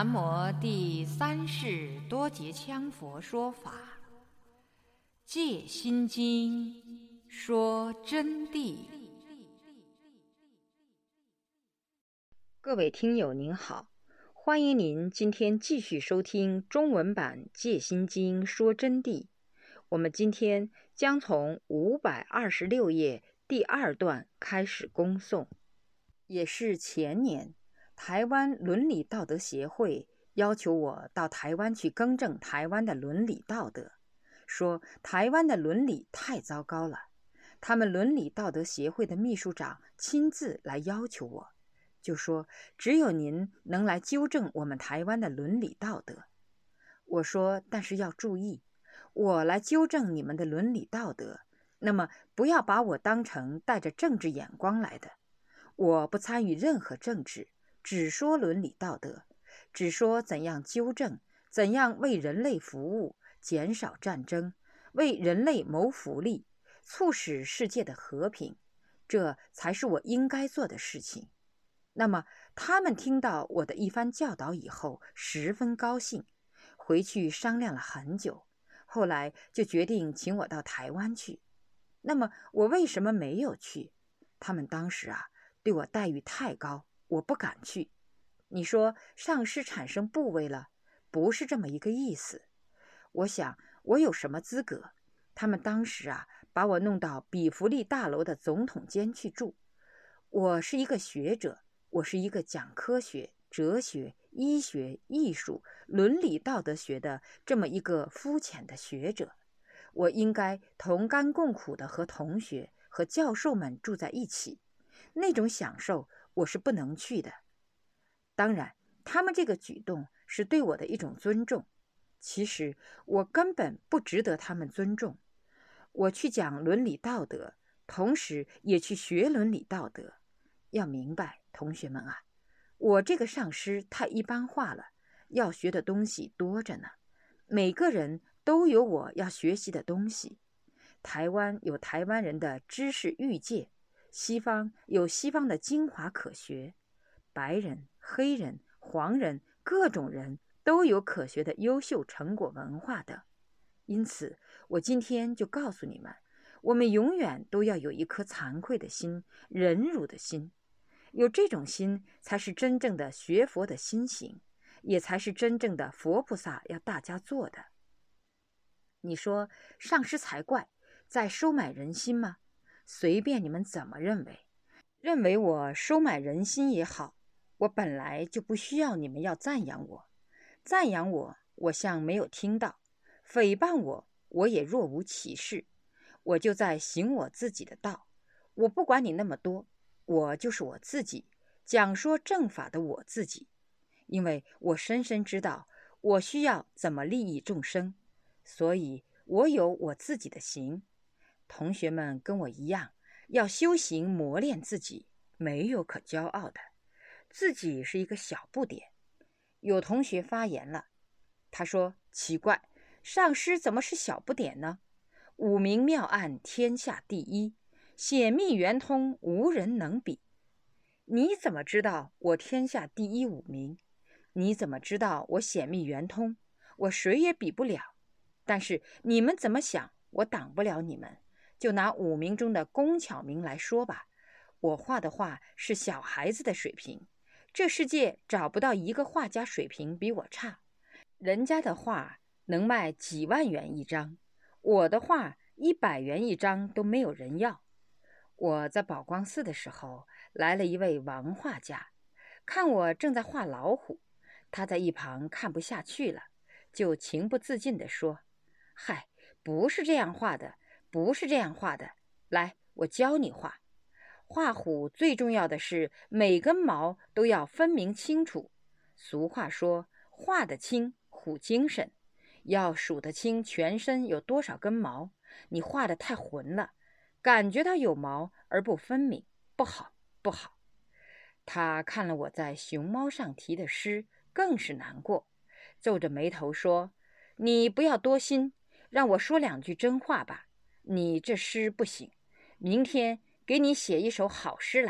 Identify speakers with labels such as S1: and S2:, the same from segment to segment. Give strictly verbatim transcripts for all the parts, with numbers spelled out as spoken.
S1: 南无第三世多杰羌佛说法，戒心经说真谛。
S2: 各位听友您好，欢迎您今天继续收听中文版戒心经说真谛。我们今天将从五百二十六页第二段开始恭诵。也是前年，台湾伦理道德协会要求我到台湾去更正台湾的伦理道德，说台湾的伦理太糟糕了。他们伦理道德协会的秘书长亲自来要求我，就说只有您能来纠正我们台湾的伦理道德。我说，但是要注意，我来纠正你们的伦理道德，那么不要把我当成带着政治眼光来的。我不参与任何政治，只说伦理道德，只说怎样纠正，怎样为人类服务，减少战争，为人类谋福利，促使世界的和平，这才是我应该做的事情。那么他们听到我的一番教导以后，十分高兴，回去商量了很久，后来就决定请我到台湾去。那么我为什么没有去？他们当时啊对我待遇太高，我不敢去。你说上师产生部位了，不是这么一个意思。我想我有什么资格？他们当时啊把我弄到比弗利大楼的总统监去住。我是一个学者，我是一个讲科学、哲学、医学、艺术、伦理道德学的这么一个肤浅的学者。我应该同甘共苦的和同学和教授们住在一起，那种享受我是不能去的。当然，他们这个举动是对我的一种尊重，其实我根本不值得他们尊重。我去讲伦理道德，同时也去学伦理道德。要明白，同学们啊，我这个上师太一般化了，要学的东西多着呢。每个人都有我要学习的东西。台湾有台湾人的知识欲界，西方有西方的精华可学，白人、黑人、黄人，各种人都有可学的优秀成果文化的。因此，我今天就告诉你们，我们永远都要有一颗惭愧的心，忍辱的心。有这种心，才是真正的学佛的心行，也才是真正的佛菩萨要大家做的。你说上师才怪，在收买人心吗？随便你们怎么认为，认为我收买人心也好，我本来就不需要你们要赞扬我，赞扬我，我像没有听到；诽谤我，我也若无其事。我就在行我自己的道，我不管你那么多，我就是我自己，讲说正法的我自己。因为我深深知道我需要怎么利益众生，所以我有我自己的行。同学们跟我一样，要修行磨练自己，没有可骄傲的，自己是一个小不点。有同学发言了，他说奇怪，上师怎么是小不点呢？五明妙案天下第一，显密圆通无人能比。你怎么知道我天下第一五明？你怎么知道我显密圆通？我谁也比不了。但是你们怎么想，我挡不了你们。就拿五明中的工巧明来说吧，我画的画是小孩子的水平，这世界找不到一个画家水平比我差。人家的画能卖几万元一张，我的画一百元一张都没有人要。我在宝光寺的时候，来了一位王画家，看我正在画老虎，他在一旁看不下去了，就情不自禁地说：嗨，不是这样画的，不是这样画的，来，我教你画。画虎最重要的是每根毛都要分明清楚。俗话说，画得清，虎精神。要数得清全身有多少根毛，你画得太浑了，感觉到有毛而不分明，不好，不好。他看了我在熊猫上题的诗，更是难过，皱着眉头说：你不要多心，让我说两句真话吧。你这诗不行，明天给你写一首好诗来，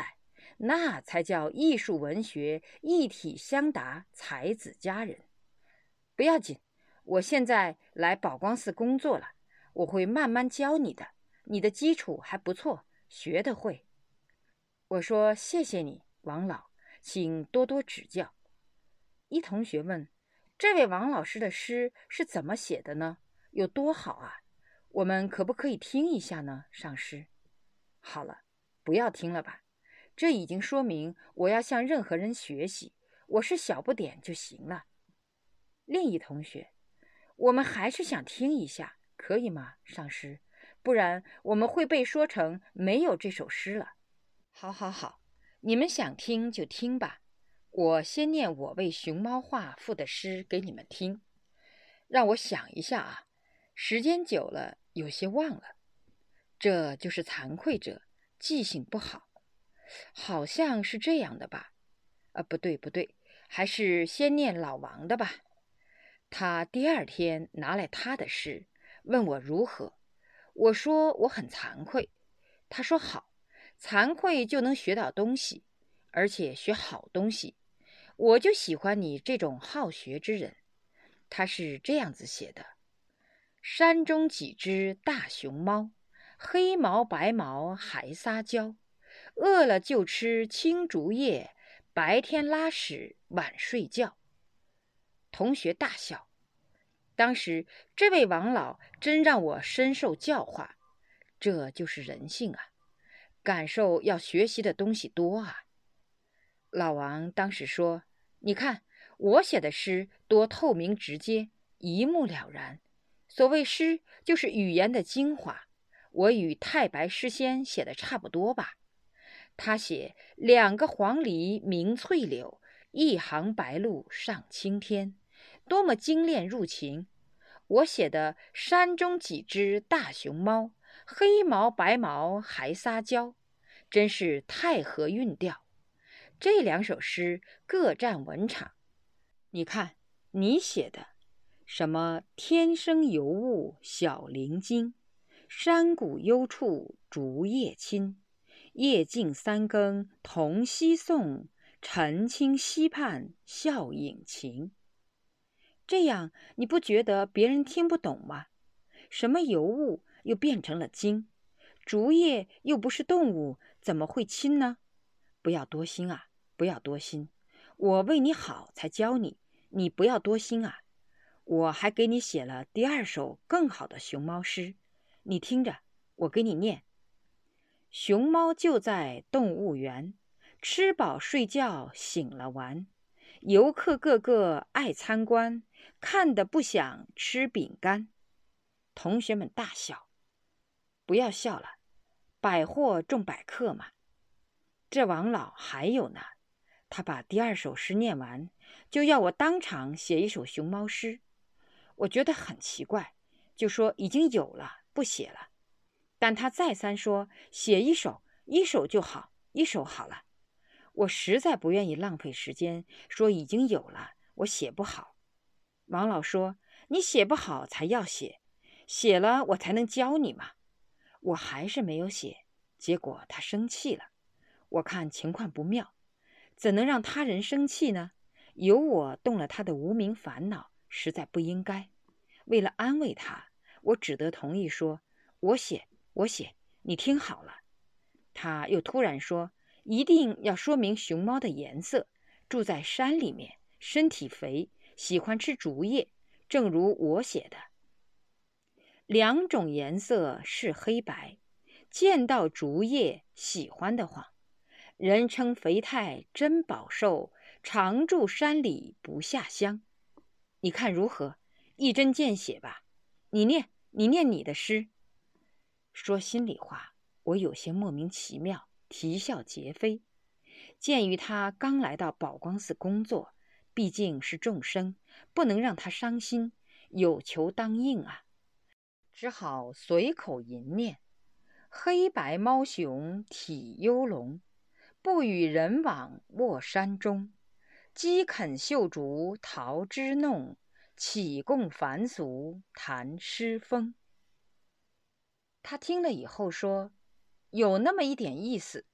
S2: 那才叫艺术文学一体相达，才子佳人。不要紧，我现在来宝光寺工作了，我会慢慢教你的，你的基础还不错，学得会。我说谢谢你，王老，请多多指教。一同学问，这位王老师的诗是怎么写的呢？有多好啊？我们可不可以听一下呢，上师？好了，不要听了吧，这已经说明我要向任何人学习，我是小不点就行了。另一同学，我们还是想听一下，可以吗，上师？不然我们会被说成没有这首诗了。好好好，你们想听就听吧。我先念我为熊猫画赋的诗给你们听。让我想一下啊，时间久了有些忘了。这就是惭愧者，记性不好。好像是这样的吧？啊，不对不对，还是先念老王的吧。他第二天拿来他的诗，问我如何。我说我很惭愧。他说好，惭愧就能学到东西，而且学好东西。我就喜欢你这种好学之人。他是这样子写的：山中几只大熊猫，黑毛白毛还撒娇，饿了就吃青竹叶，白天拉屎晚睡觉。同学大笑。当时这位王老真让我深受教化，这就是人性啊，感受要学习的东西多啊。老王当时说，你看我写的诗多透明直接，一目了然。所谓诗，就是语言的精华，我与太白诗仙写的差不多吧。他写两个黄鹂鸣翠柳，一行白鹭上青天，多么精炼入情。我写的山中几只大熊猫，黑毛白毛还撒娇，真是太合韵调。这两首诗各占文场。你看你写的什么天生尤物小灵精，山谷幽处竹叶青，夜静三更同夕送，晨清溪畔笑影情。这样你不觉得别人听不懂吗？什么尤物又变成了精，竹叶又不是动物，怎么会亲呢？不要多心啊，不要多心，我为你好才教你，你不要多心啊。我还给你写了第二首更好的熊猫诗，你听着，我给你念。熊猫就在动物园，吃饱睡觉醒了玩，游客个个爱参观，看得不想吃饼干。同学们大笑。不要笑了，百货中百客嘛。这王老还有呢，他把第二首诗念完，就要我当场写一首熊猫诗。我觉得很奇怪，就说已经有了，不写了。但他再三说写一首，一首就好，一首好了。我实在不愿意浪费时间，说已经有了，我写不好。王老说，你写不好才要写，写了我才能教你嘛。我还是没有写，结果他生气了。我看情况不妙，怎能让他人生气呢？有我动了他的无名烦恼，实在不应该。为了安慰他，我只得同意说，我写我写，你听好了。他又突然说，一定要说明熊猫的颜色，住在山里面，身体肥，喜欢吃竹叶，正如我写的。两种颜色是黑白，见到竹叶喜欢的慌。人称肥态真宝寿，常住山里不下乡。你看如何？一针见血吧。你念，你念你的诗。说心里话，我有些莫名其妙，啼笑皆非。鉴于他刚来到宝光寺工作，毕竟是众生，不能让他伤心，有求当应啊。只好随口吟念：黑白猫熊体幽龙，不与人往卧山中。饥啃绣竹桃枝弄，岂供凡俗谈诗风。他听了以后说，有那么一点意思。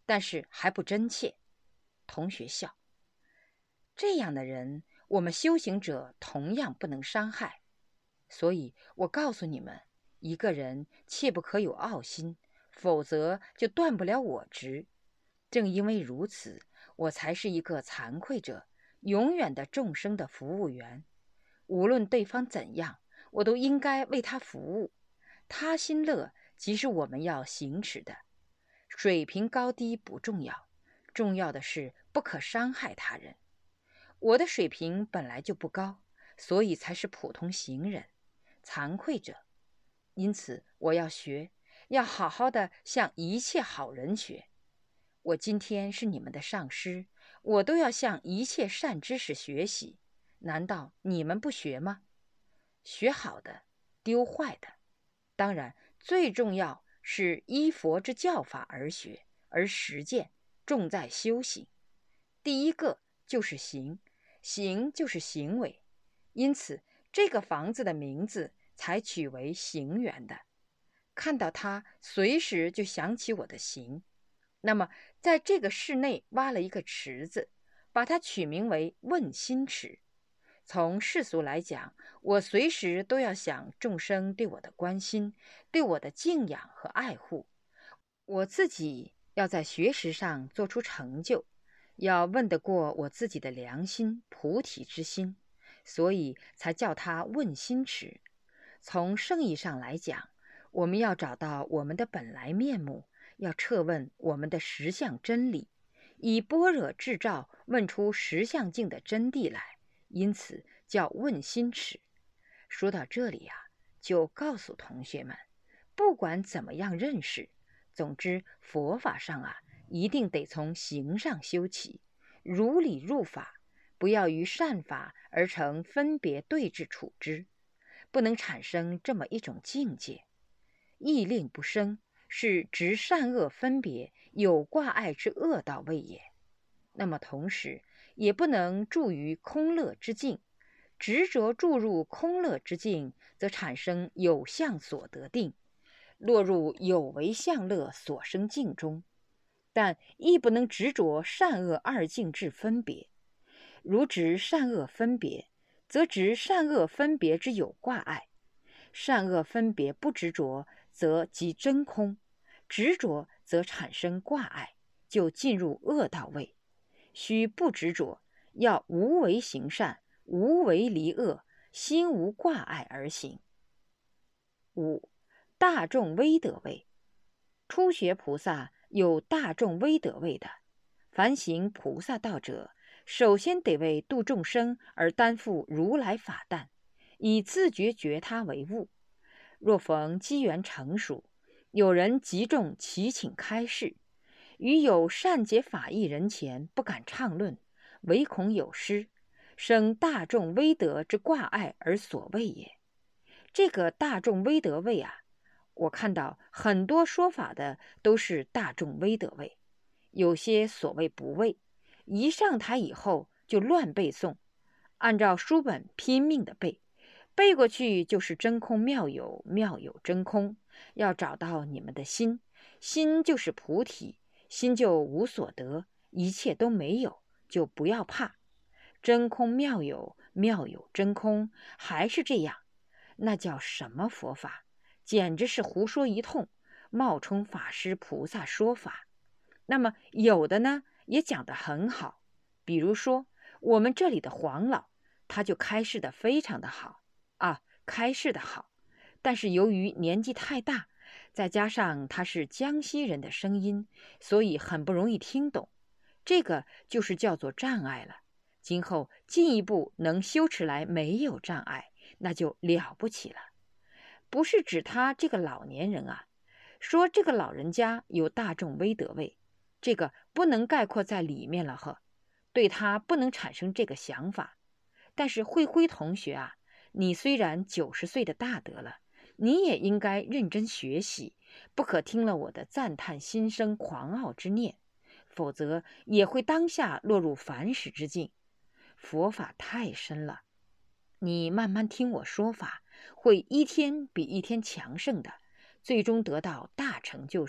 S2: 但是还不真切。同学笑。这样的人，我们修行者同样不能伤害。所以我告诉你们，一个人切不可有傲心，否则就断不了我执。正因为如此，我才是一个惭愧者，永远的众生的服务员。无论对方怎样，我都应该为他服务。他心乐即是我们要行持的。水平高低不重要，重要的是不可伤害他人。我的水平本来就不高，所以才是普通行人，惭愧者。因此我要学，要好好的向一切好人学。我今天是你们的上师，我都要向一切善知识学习，难道你们不学吗？学好的，丢坏的。当然最重要是依佛之教法而学，而实践，重在修行。第一个就是行，行就是行为，因此这个房子的名字才取为行园的。看到它，随时就想起我的行。那么在这个室内挖了一个池子，把它取名为问心池。从世俗来讲，我随时都要想众生对我的关心，对我的敬仰和爱护。我自己要在学识上做出成就，要问得过我自己的良心、菩提之心，所以才叫它问心池。从圣义上来讲，我们要找到我们的本来面目，要彻问我们的实相真理，以般若智照问出实相境的真谛来，因此叫问心池。说到这里啊，就告诉同学们，不管怎么样认识，总之佛法上啊，一定得从行上修起，如理入法，不要于善法而成分别对治处之，不能产生这么一种境界。意令不生，是执善恶分别有挂碍之恶道位也。那么同时也不能住于空乐之境，执着注入空乐之境，则产生有相所得定，落入有为相乐所生境中。但亦不能执着善恶二境之分别。如执善恶分别，则执善恶分别之有挂碍；善恶分别不执着，则即真空；执着则产生挂碍，就进入恶道位。须不执着，要无为行善，无为离恶，心无挂碍而行。五、大众威德位。初学菩萨有大众威德位的，凡行菩萨道者，首先得为度众生而担负如来法担，以自觉觉他为务。若逢机缘成熟，有人集众祈请开示，于有善解法义人前不敢畅论，唯恐有失，生大众威德之挂碍而所谓也。这个大众威德位啊，我看到很多说法的都是大众威德位，有些所谓不位，一上台以后就乱背诵，按照书本拼命的背，背过去就是真空妙有，妙有真空。要找到你们的心，心就是菩提，心就无所得，一切都没有，就不要怕。真空妙有，妙有真空，还是这样，那叫什么佛法？简直是胡说一通，冒充法师菩萨说法。那么有的呢，也讲得很好，比如说我们这里的黄老，他就开示得非常的好啊，开示的好。但是由于年纪太大，再加上他是江西人的声音，所以很不容易听懂。这个就是叫做障碍了。今后进一步能修持来没有障碍，那就了不起了。不是指他这个老年人啊，说这个老人家有大众威德位，这个不能概括在里面了呵，对他不能产生这个想法。但是慧辉同学啊，你虽然九十岁的大德了，你也应该认真学习，不可听了我的赞叹心生狂傲之念，否则也会当下落入凡始之境。佛法太深了，你慢慢听我说法，会一天比一天强盛的，最终得到大成就时，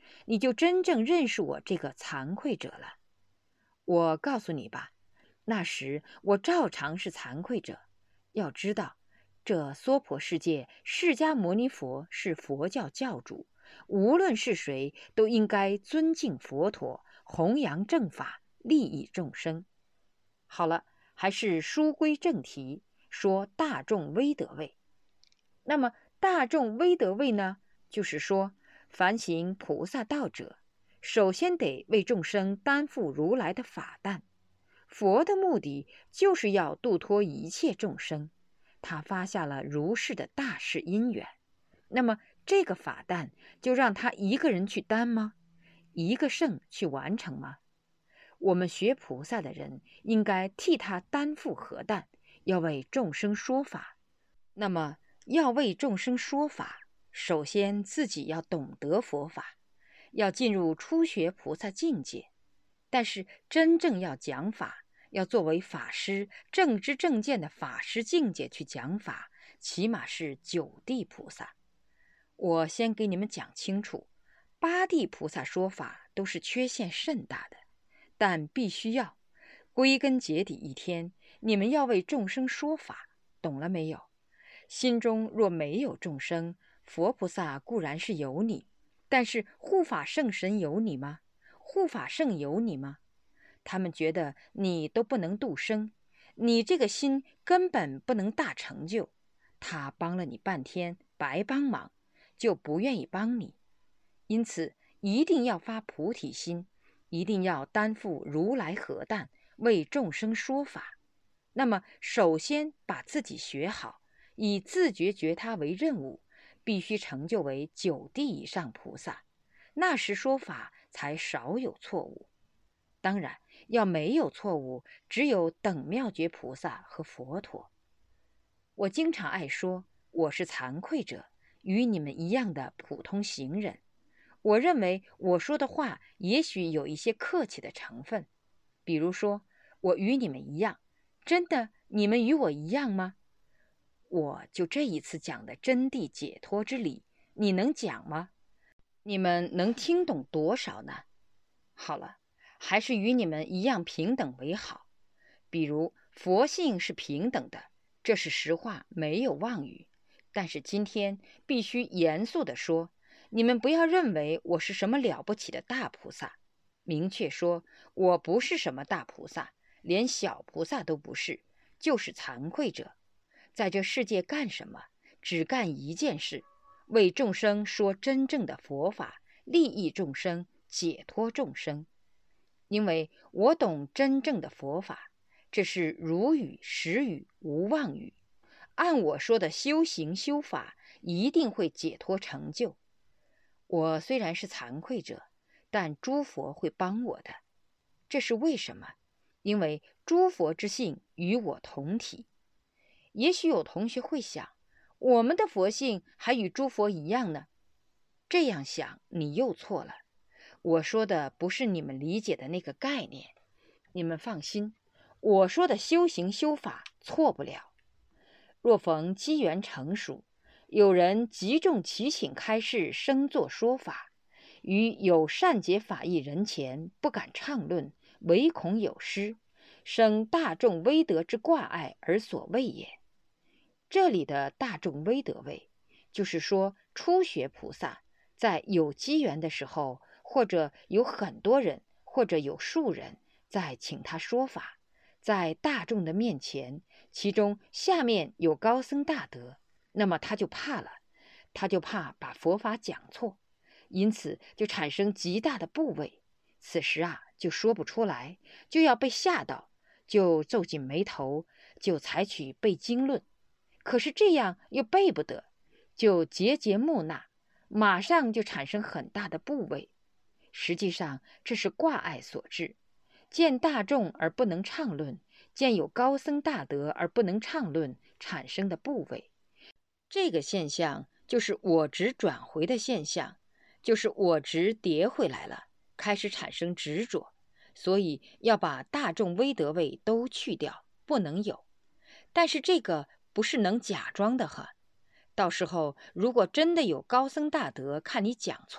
S2: 你就真正认识我这个惭愧者了。我告诉你吧，那时我照常是惭愧者。要知道，这娑婆世界，释迦牟尼佛是佛教教主，无论是谁都应该尊敬佛陀，弘扬正法，利益众生。好了，还是书归正题，说大众威德位。那么大众威德位呢，就是说凡行菩萨道者，首先得为众生担负如来的法担。佛的目的就是要度脱一切众生，他发下了如是的大事因缘。那么这个法担就让他一个人去担吗？一个圣去完成吗？我们学菩萨的人应该替他担负何担，要为众生说法。那么要为众生说法，首先自己要懂得佛法，要进入初学菩萨境界。但是真正要讲法，要作为法师正知正见的法师境界去讲法，起码是九地菩萨。我先给你们讲清楚，八地菩萨说法都是缺陷甚大的，但必须要归根结底一天，你们要为众生说法，懂了没有？心中若没有众生，佛菩萨固然是有你，但是护法圣神有你吗？护法圣有你吗？他们觉得你都不能度生，你这个心根本不能大成就，他帮了你半天，白帮忙，就不愿意帮你。因此一定要发菩提心，一定要担负如来何担，为众生说法。那么首先把自己学好，以自觉觉他为任务，必须成就为九地以上菩萨，那时说法才少有错误。当然要没有错误，只有等妙觉菩萨和佛陀。我经常爱说，我是惭愧者，与你们一样的普通行人。我认为我说的话也许有一些客气的成分，比如说我与你们一样，真的你们与我一样吗？我就这一次讲的真谛解脱之理，你能讲吗？你们能听懂多少呢？好了，还是与你们一样平等为好。比如佛性是平等的，这是实话，没有妄语。但是今天必须严肃地说，你们不要认为我是什么了不起的大菩萨。明确说，我不是什么大菩萨，连小菩萨都不是，就是惭愧者。在这世界干什么？只干一件事，为众生说真正的佛法，利益众生，解脱众生。因为我懂真正的佛法，这是如语实语，无妄语。按我说的修行修法，一定会解脱成就。我虽然是惭愧者，但诸佛会帮我的。这是为什么？因为诸佛之性与我同体。也许有同学会想，我们的佛性还与诸佛一样呢？这样想你又错了。我说的不是你们理解的那个概念。你们放心，我说的修行修法错不了。若逢机缘成熟，有人集众祈请开示生作说法，于有善解法义人前不敢畅论，唯恐有失，生大众威德之挂碍而所谓也。这里的大众威德位，就是说初学菩萨在有机缘的时候，或者有很多人，或者有数人在请他说法，在大众的面前，其中下面有高僧大德，那么他就怕了，他就怕把佛法讲错，因此就产生极大的怖畏。此时啊，就说不出来，就要被吓到，就皱紧眉头，就采取背经论。可是这样又背不得，就节节木讷，马上就产生很大的怖畏。实际上这是挂碍所致，见大众而不能畅论，见有高僧大德而不能畅论产生的怖畏。这个现象就是我执转回的现象，就是我执叠回来了，开始产生执着，所以要把大众威德位都去掉，不能有。但是这个不是能假装的哈，到时候如果真的有高僧大德看你讲错，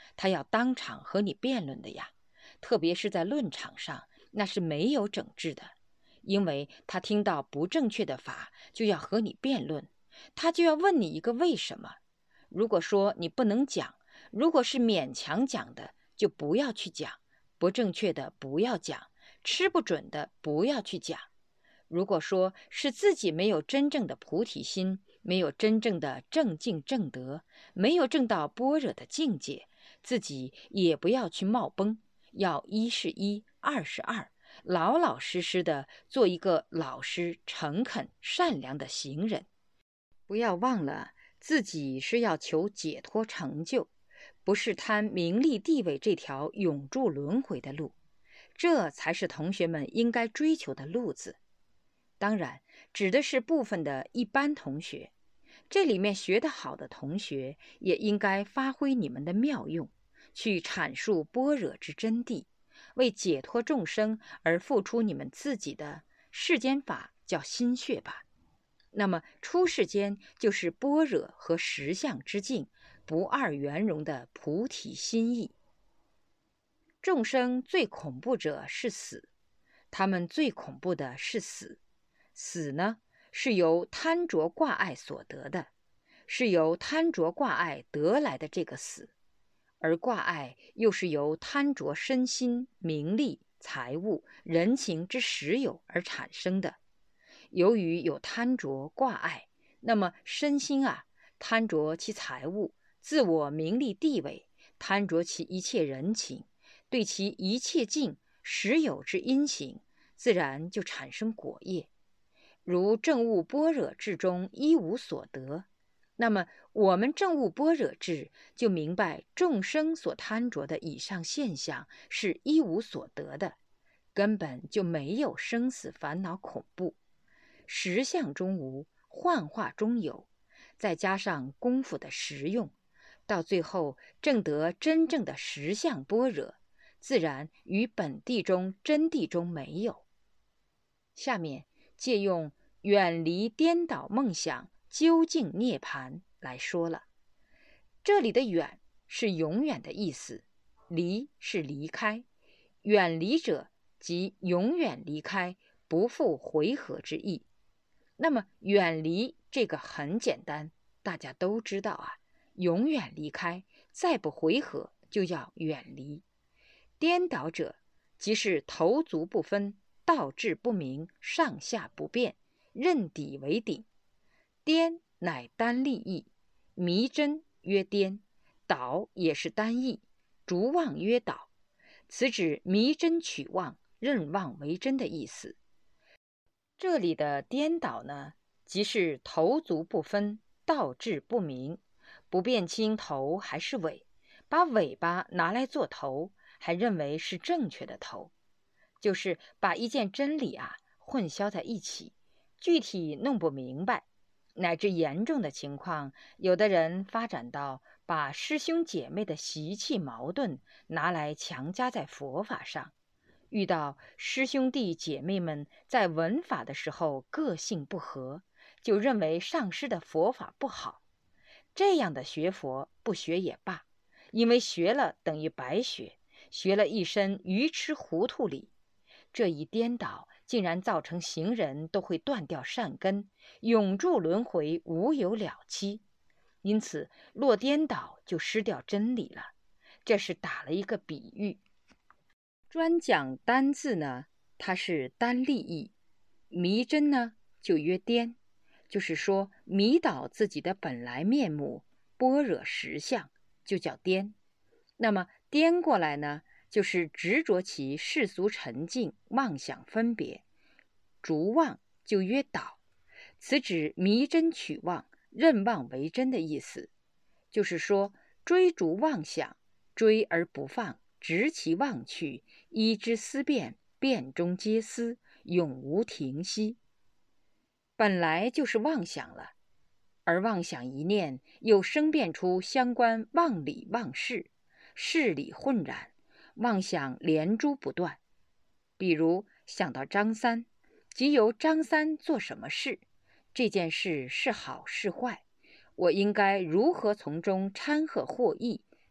S2: 他要当场和你辩论的呀，特别是在论场上，那是没有整治的，因为他听到不正确的法就要和你辩论，他就要问你一个为什么。如果说你不能讲，如果是勉强讲的，就不要去讲，不正确的不要讲，吃不准的不要去讲。如果说是自己没有真正的菩提心，没有真正的正境正德，没有证到般若的境界，自己也不要去冒崩，要一是一，二是二，老老实实的做一个老实、诚恳、善良的行人。不要忘了自己是要求解脱成就，不是贪名利地位这条永驻轮回的路，这才是同学们应该追求的路子。当然，指的是部分的一般同学，这里面学得好的同学也应该发挥你们的妙用，去阐述般若之真谛，为解脱众生而付出你们自己的世间法，叫心血吧。那么出世间就是般若和实相之境不二圆融的菩提心意。众生最恐怖者是死，他们最恐怖的是死。死呢，是由贪着挂碍所得的，是由贪着挂碍得来的这个死，而挂碍又是由贪着身心、名利、财物、人情之实有而产生的。由于有贪着挂碍，那么身心啊，贪着其财物、自我名利地位，贪着其一切人情，对其一切境实有之因行，自然就产生果业。如证悟般若智中一无所得，那么我们证悟般若智，就明白众生所贪着的以上现象是一无所得的，根本就没有生死烦恼恐怖。实相中无，幻化中有，再加上功夫的实用，到最后证得真正的实相般若，自然与本地中真谛中没有。下面借用远离颠倒梦想究竟涅槃来说了。这里的远是永远的意思，离是离开，远离者即永远离开，不复回合之意。那么远离这个很简单，大家都知道啊，永远离开，再不回合就要远离。颠倒者即是头足不分，道志不明，上下不变，任底为顶。颠乃单立义，迷真曰颠，倒也是单义，逐妄曰倒。此指迷真取妄，任妄为真的意思。这里的颠倒呢，即是头足不分，道志不明，不辨清头还是尾，把尾巴拿来做头，还认为是正确的头，就是把一件真理啊混淆在一起，具体弄不明白，乃至严重的情况，有的人发展到把师兄姐妹的习气矛盾拿来强加在佛法上。遇到师兄弟姐妹们在闻法的时候个性不合，就认为上师的佛法不好，这样的学佛不学也罢，因为学了等于白学，学了一身愚痴糊涂理。这一颠倒竟然造成行人都会断掉善根，永驻轮回，无有了期。因此落颠倒就失掉真理了，这是打了一个比喻。专讲单字呢，它是单立义，迷真呢就曰颠，就是说迷倒自己的本来面目，般若实相，就叫颠。那么颠过来呢，就是执着其世俗沉静，妄想分别，逐妄就曰倒。此指迷真取妄，任妄为真的意思，就是说追逐妄想，追而不放，执其妄去，依之思辨，辨中皆思，永无停息。本来就是妄想了，而妄想一念，又生变出相关妄理妄事，事理混染，妄想连珠不断。比如想到张三，即由张三做什么事，这件事是好是坏，我应该如何从中掺和获益，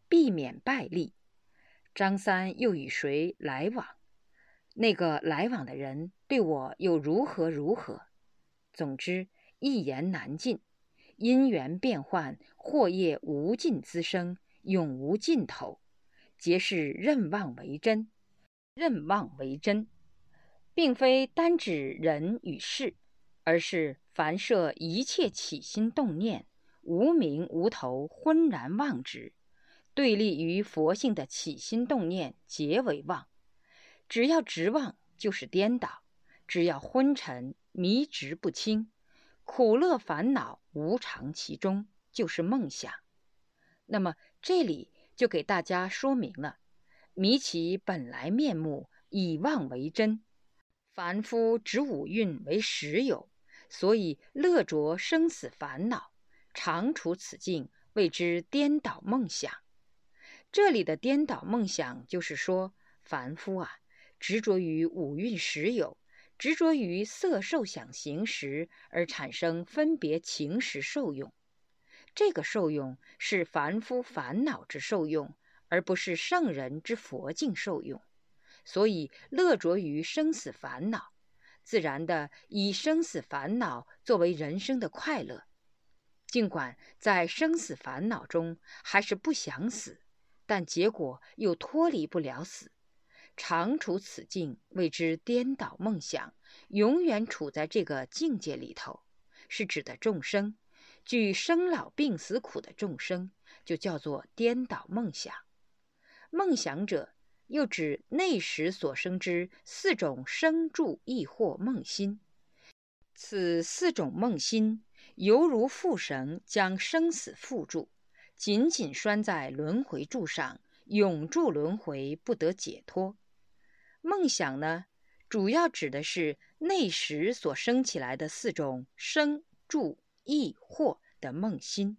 S2: 避免败利。张三又与谁来往？那个来往的人对我又如何如何？总之，一言难尽，因缘变幻，祸业无尽滋生，永无尽头。皆是任妄为真。任妄为真，并非单指人与事，而是凡涉一切起心动念，无名无头，浑然妄执，对立于佛性的起心动念，皆为妄。只要执妄，就是颠倒；只要昏沉，迷执不清，苦乐烦恼无常其中，就是梦想。那么这里就给大家说明了迷其本来面目，以妄为真。凡夫执五蕴为实有，所以乐着生死烦恼，常处此境，谓之颠倒梦想。这里的颠倒梦想，就是说凡夫啊，执着于五蕴实有，执着于色受想行识，而产生分别情识受用。这个受用是凡夫烦恼之受用，而不是圣人之佛境受用。所以乐着于生死烦恼，自然的以生死烦恼作为人生的快乐。尽管在生死烦恼中还是不想死，但结果又脱离不了死，常处此境，谓之颠倒梦想，永远处在这个境界里头，是指的众生，具生老病死苦的众生，就叫做颠倒梦想。梦想者，又指内识所生之四种生住意惑梦心。此四种梦心，犹如缚绳将生死缚住，紧紧拴在轮回柱上，永驻轮回，不得解脱。梦想呢，主要指的是内识所生起来的四种生住意惑的梦心。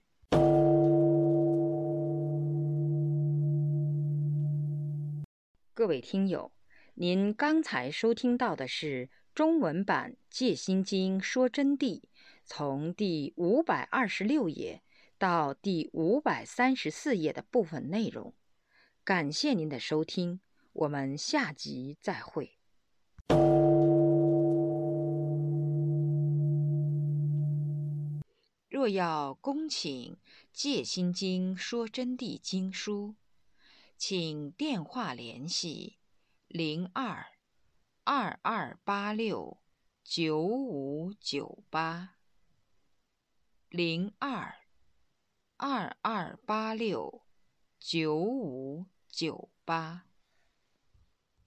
S2: 各位听友，您刚才收听到的是中文版《戒心经说真谛》，从第五百二十六页到第五百三十四页的部分内容。感谢您的收听，我们下集再会。若要恭请《戒心经说真谛》经书，请电话联系零二二二八六九五九八零二二二八六九五九八。